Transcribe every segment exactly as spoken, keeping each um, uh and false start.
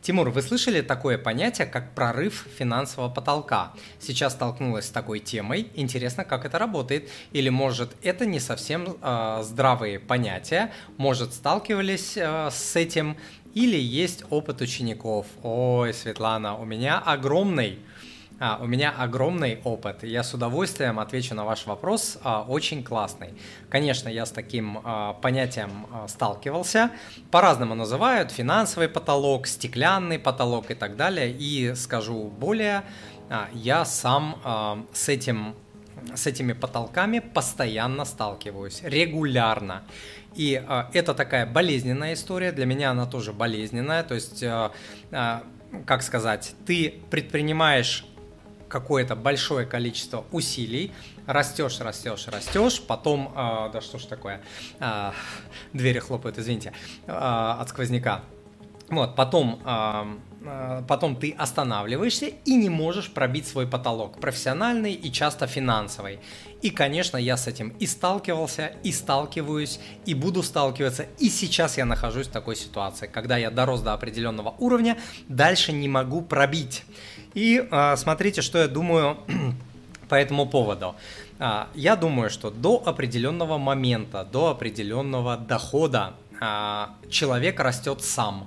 Тимур, вы слышали такое понятие, как прорыв финансового потолка? Сейчас столкнулась с такой темой. Интересно, как это работает? Или, может, это не совсем э, здравые понятия? Может, сталкивались э, с этим? Или есть опыт учеников? Ой, Светлана, у меня огромный... А, у меня огромный опыт. Я с удовольствием отвечу на ваш вопрос. А, очень классный. Конечно, я с таким а, понятием а, сталкивался. По-разному называют. Финансовый потолок, стеклянный потолок и так далее. И скажу более, а, я сам а, с этим, с этими потолками постоянно сталкиваюсь. Регулярно. И а, это такая болезненная история. Для меня она тоже болезненная. То есть, а, а, как сказать, ты предпринимаешь какое-то большое количество усилий, растешь, растешь, растешь, потом, э, да что ж такое, э, двери хлопают, извините, э, от сквозняка. Вот, потом, э, э, потом ты останавливаешься и не можешь пробить свой потолок, профессиональный и часто финансовый. И, конечно, я с этим и сталкивался, и сталкиваюсь, и буду сталкиваться. И сейчас я нахожусь в такой ситуации, когда я дорос до определенного уровня, дальше не могу пробить. И э, смотрите, что я думаю по этому поводу. Э, я думаю, что до определенного момента, до определенного дохода э, человек растет сам.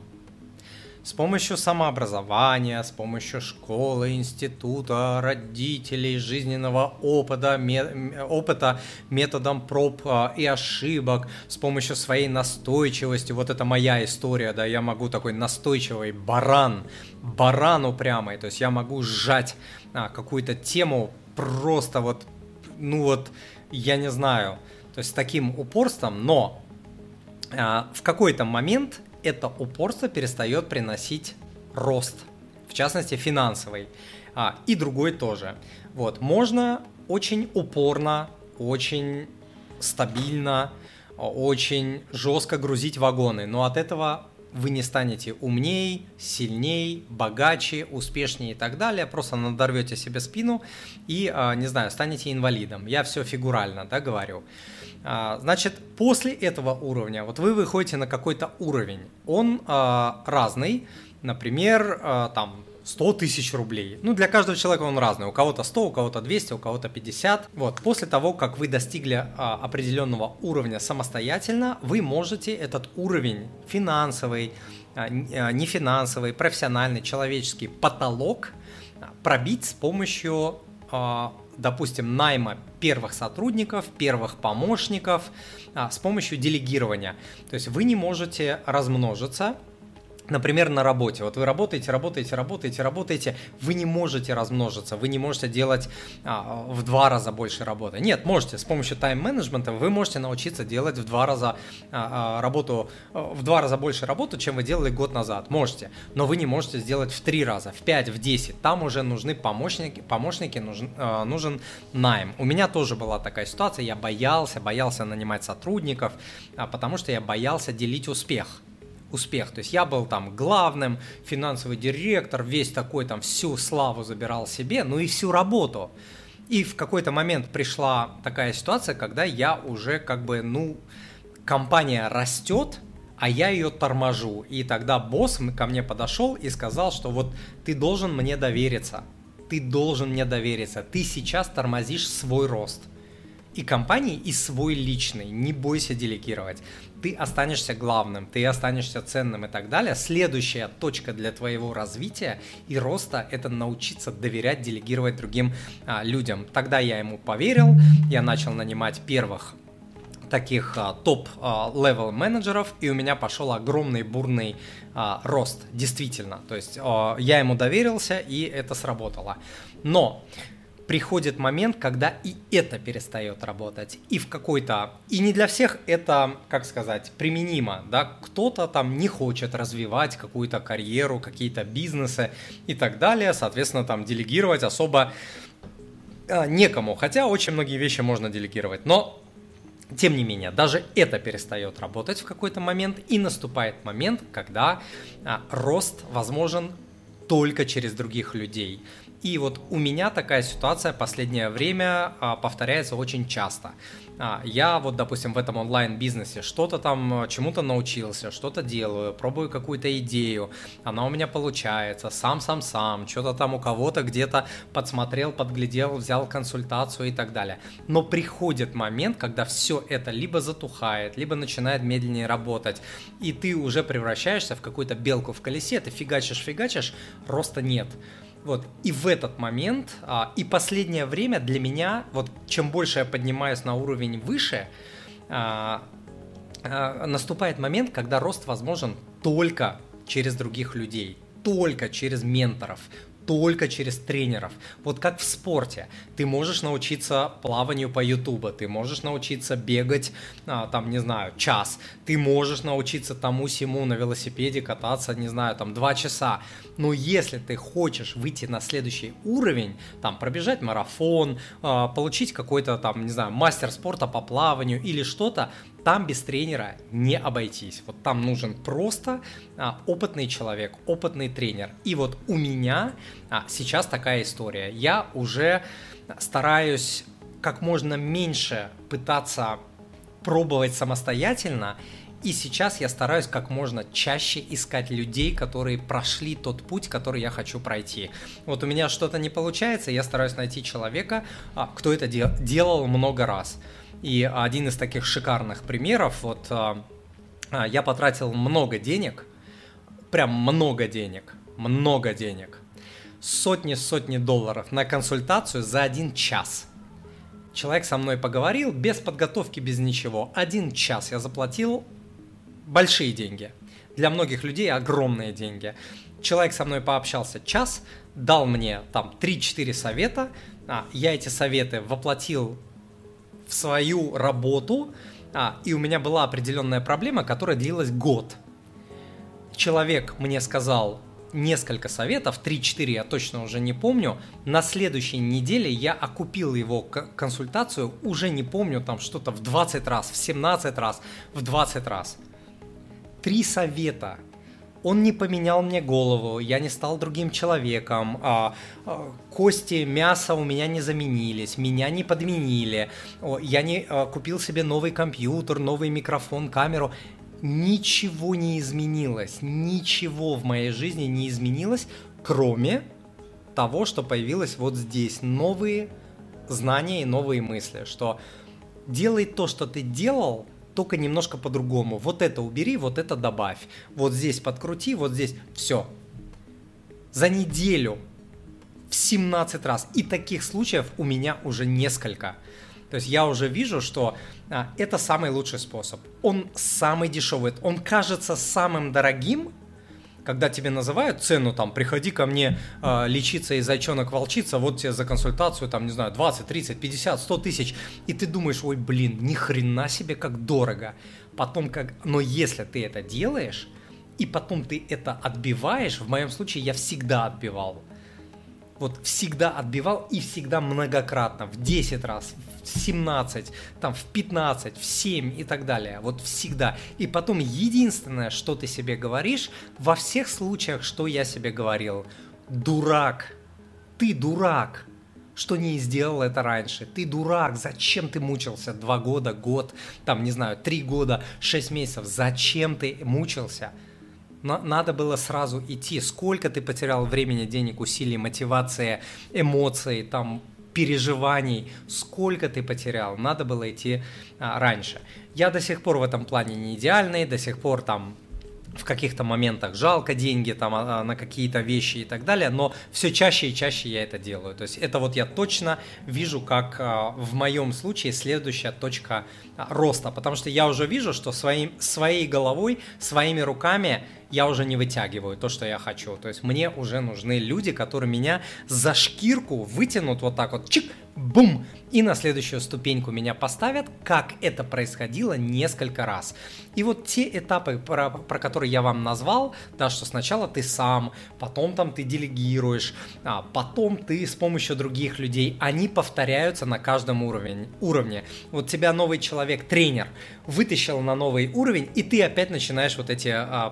С помощью самообразования, с помощью школы, института, родителей, жизненного опыта, ме- опыта методом проб а, и ошибок, с помощью своей настойчивости. Вот это моя история, да, я могу такой настойчивый баран, баран упрямый, то есть я могу сжать а, какую-то тему просто вот, ну вот, я не знаю, то есть с таким упорством, но а, в какой-то момент это упорство перестает приносить рост, в частности финансовый, а, и другой тоже. Вот. Можно очень упорно, очень стабильно, очень жестко грузить вагоны, но от этого вы не станете умней, сильней, богаче, успешнее и так далее, просто надорвете себе спину и, не знаю, станете инвалидом. Я все фигурально, да, говорю. Значит, после этого уровня, вот вы выходите на какой-то уровень, он а, разный, например, а, там сто тысяч рублей. Ну, для каждого человека он разный, у кого-то сто, у кого-то двести, у кого-то пятьдесят. Вот, после того, как вы достигли а, определенного уровня самостоятельно, вы можете этот уровень финансовый, а, не финансовый, профессиональный, человеческий потолок пробить с помощью а, допустим, найма первых сотрудников, первых помощников а, с помощью делегирования. То есть вы не можете размножиться, например, на работе. Вот вы работаете, работаете, работаете, работаете, вы не можете размножиться, вы не можете делать а, в два раза больше работы. Нет, можете. С помощью тайм-менеджмента вы можете научиться делать в два раза а, работу, в два раза больше работу, чем вы делали год назад. Можете. Но вы не можете сделать в три раза, в пять, в десять. Там уже нужны помощники, помощники нужен, а, нужен найм. У меня тоже была такая ситуация. Я боялся, боялся нанимать сотрудников, а, потому что я боялся делить успех. Успех, то есть я был там главным, финансовый директор, весь такой там всю славу забирал себе, ну и всю работу. И в какой-то момент пришла такая ситуация, когда я уже как бы, ну, компания растет, а я ее торможу. И тогда босс ко мне подошел и сказал, что вот ты должен мне довериться, ты должен мне довериться, ты сейчас тормозишь свой рост. И компании, и свой личный, не бойся делегировать. Ты останешься главным, ты останешься ценным и так далее. Следующая точка для твоего развития и роста – это научиться доверять, делегировать другим а, людям. Тогда я ему поверил, я начал нанимать первых таких а, топ-левел менеджеров, и у меня пошел огромный бурный а, рост, действительно. То есть а, я ему доверился, и это сработало. Но приходит момент, когда и это перестает работать. И в какой-то... И не для всех это, как сказать, применимо, да? Кто-то там не хочет развивать какую-то карьеру, какие-то бизнесы и так далее. Соответственно, там делегировать особо а, некому. Хотя очень многие вещи можно делегировать. Но, тем не менее, даже это перестает работать в какой-то момент. И наступает момент, когда а, рост возможен только через других людей. И вот у меня такая ситуация в последнее время а, повторяется очень часто. а, я вот, допустим, в этом онлайн-бизнесе что-то там, чему-то научился, что-то делаю, пробую какую-то идею, она у меня получается, сам-сам-сам, что-то там у кого-то где-то подсмотрел, подглядел, взял консультацию и так далее. Но приходит момент, когда все это либо затухает, либо начинает медленнее работать, и ты уже превращаешься в какую-то белку в колесе, ты фигачишь-фигачишь, роста нет. Вот, и в этот момент, а, и последнее время для меня, вот чем больше я поднимаюсь на уровень выше, а, а, наступает момент, когда рост возможен только через других людей, только через менторов, только через тренеров. Вот как в спорте. Ты можешь научиться плаванию по ютубу, ты можешь научиться бегать, а, там, не знаю, час, ты можешь научиться тому-сему на велосипеде кататься, не знаю, там, два часа. Но если ты хочешь выйти на следующий уровень, там, пробежать марафон, а, получить какой-то, там, не знаю, мастер спорта по плаванию или что-то, там без тренера не обойтись. Вот там нужен просто а, опытный человек, опытный тренер. И вот у меня а, сейчас такая история. Я уже стараюсь как можно меньше пытаться пробовать самостоятельно. И сейчас я стараюсь как можно чаще искать людей, которые прошли тот путь, который я хочу пройти. Вот у меня что-то не получается, я стараюсь найти человека, а, кто это де- делал много раз. И один из таких шикарных примеров, вот а, я потратил много денег, прям много денег, много денег, сотни-сотни долларов на консультацию за один час. Человек со мной поговорил, без подготовки, без ничего. Один час я заплатил большие деньги. Для многих людей огромные деньги. Человек со мной пообщался час, дал мне там три-четыре совета, а, я эти советы воплотил в свою работу, а, и у меня была определенная проблема, которая длилась год. Человек мне сказал несколько советов, три-четыре, я точно уже не помню. На следующей неделе я окупил его консультацию, уже не помню, там что-то в двадцать раз, в семнадцать раз, в двадцать раз. Три совета. Он не поменял мне голову, я не стал другим человеком, а, а, кости, мясо у меня не заменились, меня не подменили, о, я не а, купил себе новый компьютер, новый микрофон, камеру. Ничего не изменилось, ничего в моей жизни не изменилось, кроме того, что появилось вот здесь. Новые знания и новые мысли, что делай то, что ты делал, только немножко по-другому. Вот это убери, вот это добавь. Вот здесь подкрути, вот здесь. Все. За неделю в семнадцать раз. И таких случаев у меня уже несколько. То есть я уже вижу, что а, это самый лучший способ. Он самый дешевый. Он кажется самым дорогим, когда тебе называют цену, там, приходи ко мне э, лечиться из зайчонок-волчица, вот тебе за консультацию, там, не знаю, двадцать, тридцать, пятьдесят, сто тысяч, и ты думаешь, ой, блин, ни хрена себе, как дорого. Потом как, но если ты это делаешь, и потом ты это отбиваешь, в моем случае я всегда отбивал. Вот всегда отбивал и всегда многократно, в десять раз, в семнадцать, там, в пятнадцать, в семь и так далее. Вот всегда. И потом единственное, что ты себе говоришь, во всех случаях, что я себе говорил, дурак, ты дурак, что не сделал это раньше, ты дурак, зачем ты мучился два года, год, там, не знаю, три года, шесть месяцев, зачем ты мучился? Надо было сразу идти. Сколько ты потерял времени, денег, усилий, мотивации, эмоций, там, переживаний, сколько ты потерял. Надо было идти а, раньше. Я до сих пор в этом плане не идеальный, до сих пор там в каких-то моментах жалко деньги там, а, на какие-то вещи и так далее, но все чаще и чаще я это делаю. То есть это вот я точно вижу, как а, в моем случае следующая точка а, роста, потому что я уже вижу, что своим, своей головой, своими руками я уже не вытягиваю то, что я хочу. То есть мне уже нужны люди, которые меня за шкирку вытянут вот так вот, чик, бум, и на следующую ступеньку меня поставят, как это происходило несколько раз. И вот те этапы, про, про которые я вам назвал, да, что сначала ты сам, потом там ты делегируешь, а потом ты с помощью других людей, они повторяются на каждом уровне. уровне. Вот тебя новый человек, тренер, вытащил на новый уровень, и ты опять начинаешь вот эти а, проходить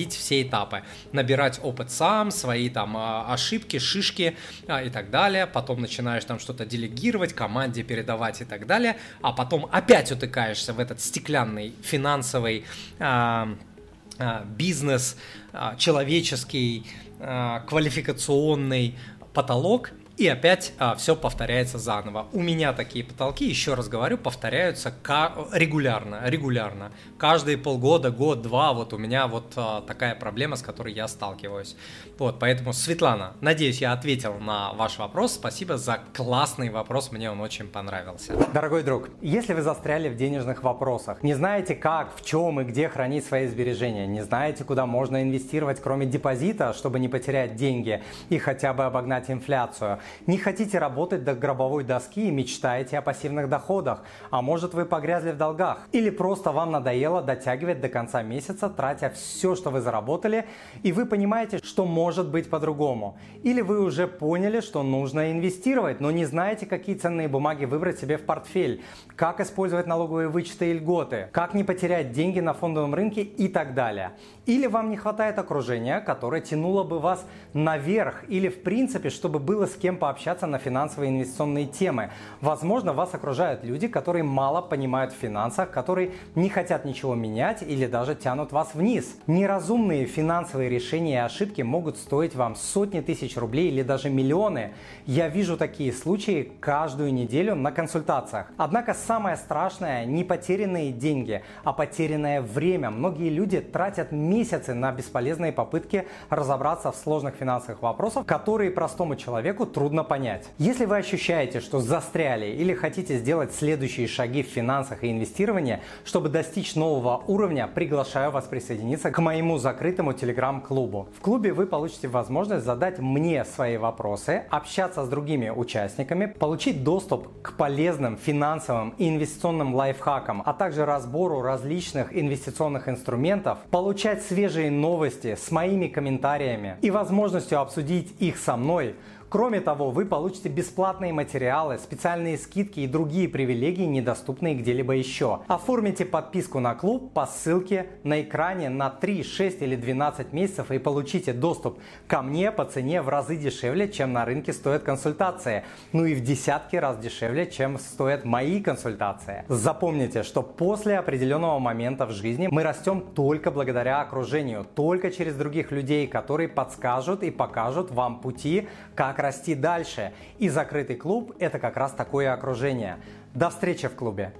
проходить все этапы, набирать опыт сам, свои там ошибки, шишки и так далее, потом начинаешь там что-то делегировать, команде передавать и так далее, а потом опять утыкаешься в этот стеклянный финансовый а, а, бизнес, а, человеческий, а, квалификационный потолок. И опять а, все повторяется заново. У меня такие потолки, еще раз говорю, повторяются регулярно, регулярно. Каждые полгода, год, два, вот у меня вот а, такая проблема, с которой я сталкиваюсь. Вот, поэтому, Светлана, надеюсь, я ответил на ваш вопрос. Спасибо за классный вопрос, мне он очень понравился. Дорогой друг, если вы застряли в денежных вопросах, не знаете как, в чем и где хранить свои сбережения, не знаете, куда можно инвестировать, кроме депозита, чтобы не потерять деньги и хотя бы обогнать инфляцию, не хотите работать до гробовой доски и мечтаете о пассивных доходах, а может вы погрязли в долгах, или просто вам надоело дотягивать до конца месяца, тратя все, что вы заработали, и вы понимаете, что может быть по-другому, или вы уже поняли, что нужно инвестировать, но не знаете, какие ценные бумаги выбрать себе в портфель, как использовать налоговые вычеты и льготы, как не потерять деньги на фондовом рынке и так далее. Или вам не хватает окружения, которое тянуло бы вас наверх, или в принципе, чтобы было с кем пообщаться на финансовые и инвестиционные темы. Возможно, вас окружают люди, которые мало понимают в финансах, которые не хотят ничего менять или даже тянут вас вниз. Неразумные финансовые решения и ошибки могут стоить вам сотни тысяч рублей или даже миллионы. Я вижу такие случаи каждую неделю на консультациях. Однако самое страшное не потерянные деньги, а потерянное время. Многие люди тратят месяцы на бесполезные попытки разобраться в сложных финансовых вопросах, которые простому человеку трудно Трудно понять. Если вы ощущаете, что застряли или хотите сделать следующие шаги в финансах и инвестировании, чтобы достичь нового уровня, приглашаю вас присоединиться к моему закрытому телеграм-клубу. В клубе вы получите возможность задать мне свои вопросы, общаться с другими участниками, получить доступ к полезным финансовым и инвестиционным лайфхакам, а также разбору различных инвестиционных инструментов, получать свежие новости с моими комментариями и возможностью обсудить их со мной. Кроме того, вы получите бесплатные материалы, специальные скидки и другие привилегии, недоступные где-либо еще. Оформите подписку на клуб по ссылке на экране на три, шесть или двенадцать месяцев и получите доступ ко мне по цене в разы дешевле, чем на рынке стоят консультации. Ну и в десятки раз дешевле, чем стоят мои консультации. Запомните, что после определенного момента в жизни мы растем только благодаря окружению, только через других людей, которые подскажут и покажут вам пути, как расти дальше. И закрытый клуб – это как раз такое окружение. До встречи в клубе!